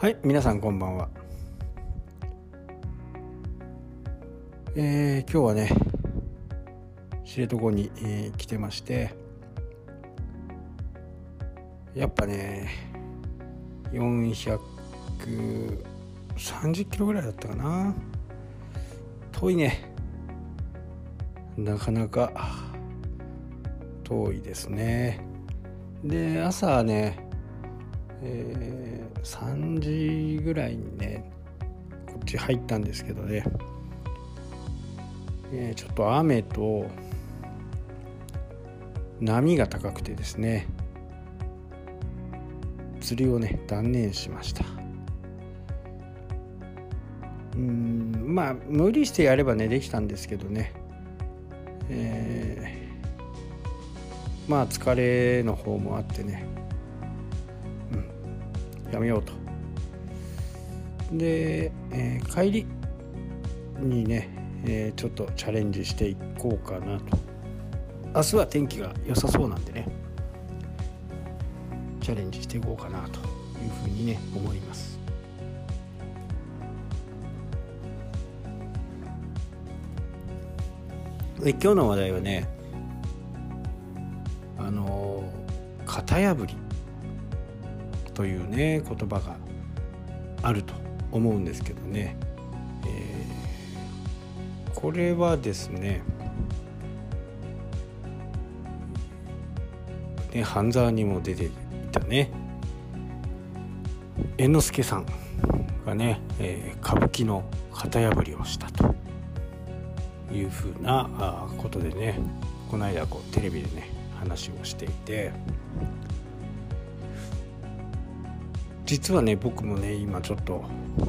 はい、皆さんこんばんは。今日はね、知床に、来てまして、やっぱね、430キロぐらいだったかな。遠いね。なかなか遠いですね。で、朝ね、3時ぐらいにね、こっち入ったんですけどね、ちょっと雨と波が高くてですね、釣りをね断念しました。まあ無理してやればねできたんですけどね、まあ疲れの方もあってね、やめようと。で、帰りにね、ちょっとチャレンジしていこうかなと。明日は天気が良さそうなんでね、チャレンジしていこうかなというふうにね思います。で、今日の話題はね、型破りというね言葉があると思うんですけどね、これはですね、半沢にも出ていたね猿之助さんがね、歌舞伎の型破りをしたというふうなことでね、この間テレビでね話をしていて、実はね僕もね今ちょっと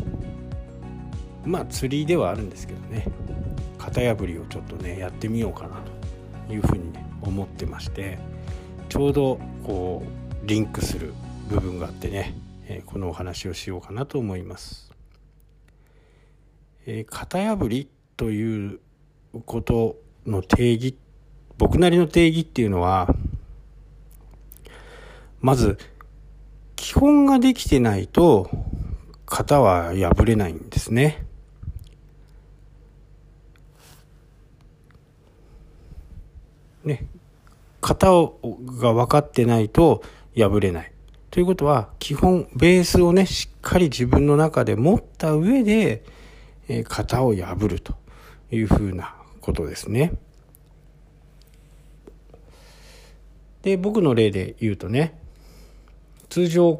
釣りではあるんですけどね、型破りをちょっとねやってみようかなというふうにね思ってまして、ちょうどリンクする部分があってね、このお話をしようかなと思います。型破りということの定義、僕なりの定義っていうのは、まず基本ができてないと型は破れないんですね。型が分かってないと破れないということは、基本ベースをねしっかり自分の中で持った上で、型を破るというふうなことですね。で、僕の例で言うとね、通常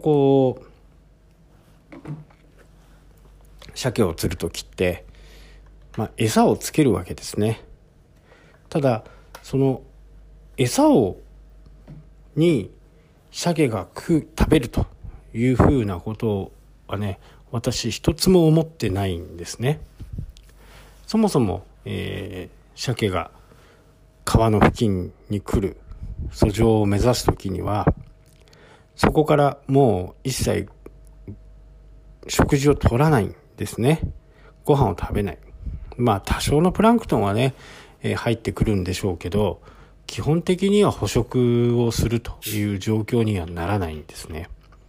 鮭を釣るときって、餌をつけるわけですね。ただその餌に鮭が食べるというふうなことはね、私一つも思ってないんですね。そもそも、鮭が川の付近に来る遡上を目指すときには、そこからもう一切食事を取らないんですね。ご飯を食べない。多少のプランクトンはね、入ってくるんでしょうけど、基本的には捕食をするという状況にはならないんですね。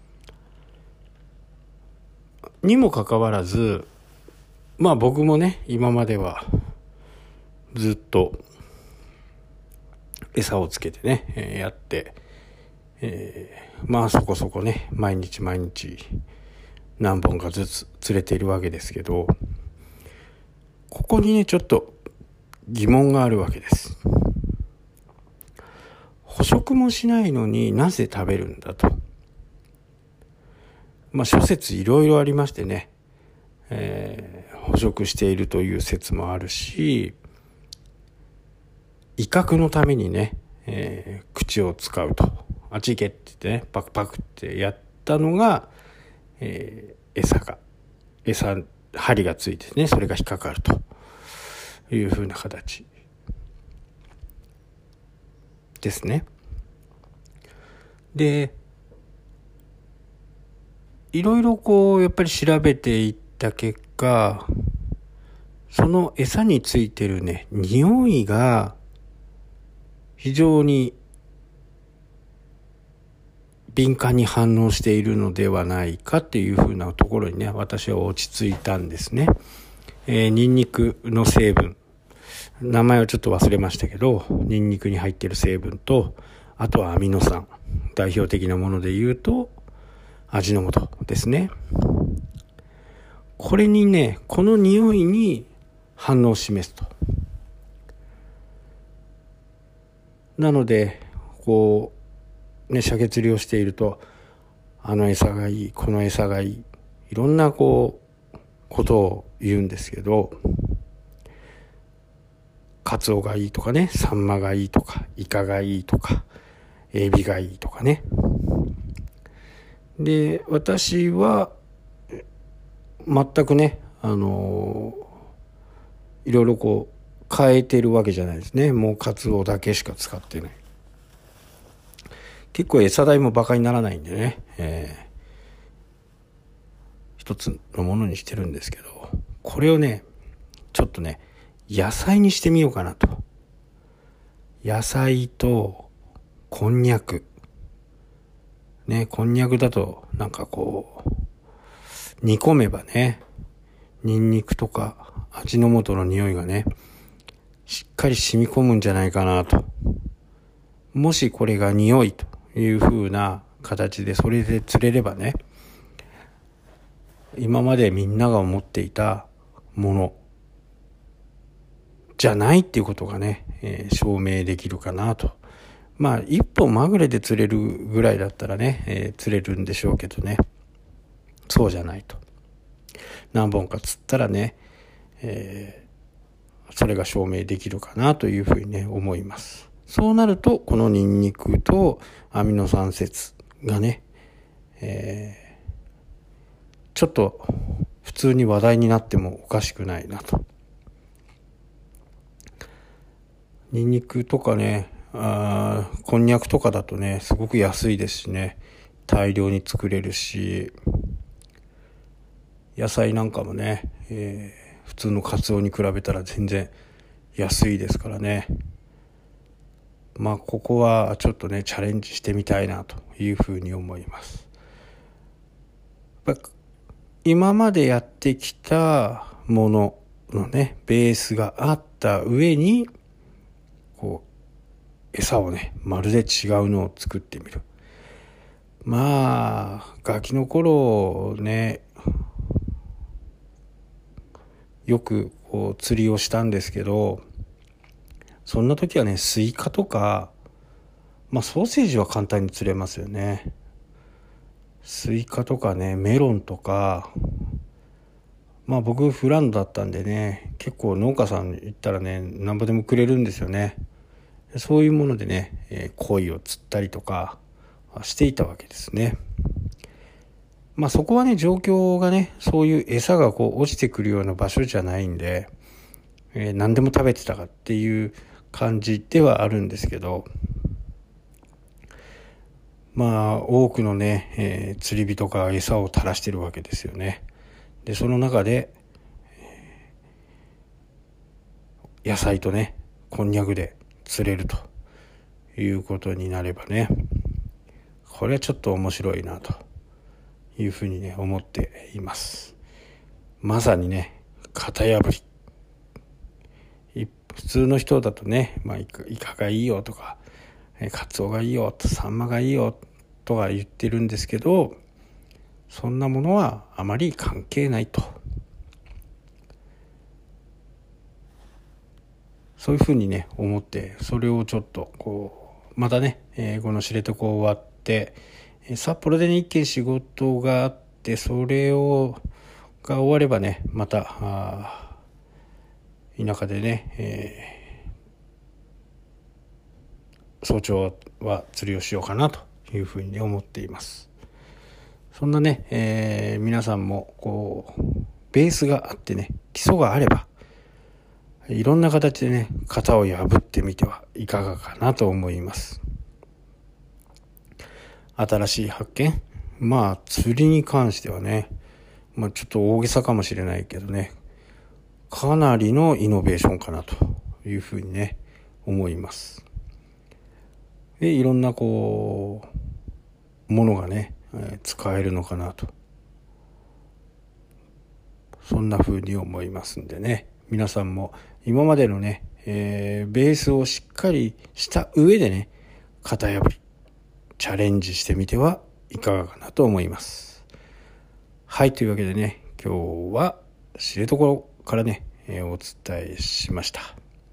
にもかかわらず、僕もね今まではずっと餌をつけてね、やって、そこそこね毎日何本かずつ釣れているわけですけど、ここにねちょっと疑問があるわけです。捕食もしないのになぜ食べるんだと。諸説いろいろありましてね、捕食しているという説もあるし、威嚇のためにね、口を使うと、あっち行けって言ってねパクパクってやったのが、針がついてね、それが引っかかるというふうな形ですね。で、いろいろやっぱり調べていった結果、その餌についてるね匂いが非常に敏感に反応しているのではないかっていうふうなところにね、私は落ち着いたんですね。ニンニクの成分、名前はちょっと忘れましたけど、ニンニクに入っている成分と、あとはアミノ酸、代表的なもので言うと味の素ですね。これにね、この匂いに反応を示すと。なのでこうね、鮭釣りをしていると、あの餌がいい、この餌がいい、いろんなことを言うんですけど、カツオがいいとかね、サンマがいいとか、イカがいいとか、エビがいいとかね。で、私は全くね、いろいろ変えてるわけじゃないですね。もうカツオだけしか使ってない。結構餌代もバカにならないんでね、一つのものにしてるんですけど、これをね、ちょっとね、野菜にしてみようかなと。野菜とこんにゃくね、こんにゃくだとなんか煮込めばね、ニンニクとか味の素の匂いがね、しっかり染み込むんじゃないかなと。もしこれが匂いという風な形でそれで釣れればね、今までみんなが思っていたものじゃないっていうことがね、証明できるかなと。まあ一本まぐれで釣れるぐらいだったらね、釣れるんでしょうけどね、そうじゃないと。何本か釣ったらね、それが証明できるかなというふうにね思います。そうなるとこのニンニクとアミノ酸説がね、ちょっと普通に話題になってもおかしくないなと。ニンニクとかね、こんにゃくとかだとね、すごく安いですしね、大量に作れるし、野菜なんかもね、普通のカツオに比べたら全然安いですからね。まあここはちょっとねチャレンジしてみたいなというふうに思います。今までやってきたもののねベースがあった上に餌をねまるで違うのを作ってみる。まあガキの頃ねよく釣りをしたんですけど、そんな時はねスイカとか、ソーセージは簡単に釣れますよね。スイカとかねメロンとか、僕フランドだったんでね、結構農家さん行ったらね何ぼでもくれるんですよね。そういうものでね、鯉を釣ったりとかしていたわけですね。そこはね状況がねそういう餌が落ちてくるような場所じゃないんで、何でも食べてたかっていう感じではあるんですけど、多くのね、釣り人が餌を垂らしてるわけですよね。でその中で、野菜とねこんにゃくで釣れるということになればね、これはちょっと面白いなというふうにね思っています。まさにね型破り、普通の人だとね、イカがいいよとかカツオがいいよとサンマがいいよとか言ってるんですけど、そんなものはあまり関係ないと、そういうふうにね思って、それをちょっとまたね、この知床終わって札幌でね一件仕事があって、それが終わればねまた田舎でね、早朝は釣りをしようかなというふうに、ね、思っています。そんなね、皆さんもベースがあってね基礎があれば、いろんな形でね型を破ってみてはいかがかなと思います。新しい発見、釣りに関してはね、ちょっと大げさかもしれないけどね、かなりのイノベーションかなというふうにね思います。でいろんなものがね、使えるのかなと、そんな風に思いますんでね、皆さんも今までのね、ベースをしっかりした上でね、型破りチャレンジしてみてはいかがかなと思います。はい、というわけでね、今日は知床からね、お伝えしました。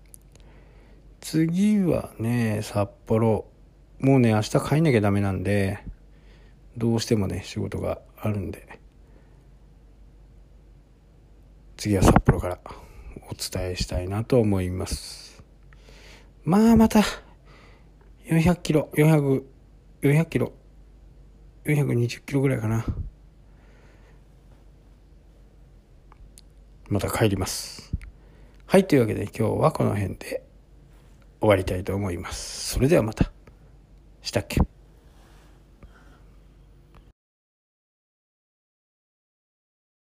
次はね、札幌。もうね、明日帰んなきゃダメなんで、どうしてもね、仕事があるんで、次は札幌からお伝えしたいなと思います。まあまた400キロ、400キロ、420キロぐらいかな。また帰ります。はい、というわけで今日はこの辺で終わりたいと思います。それではまた。したっけ。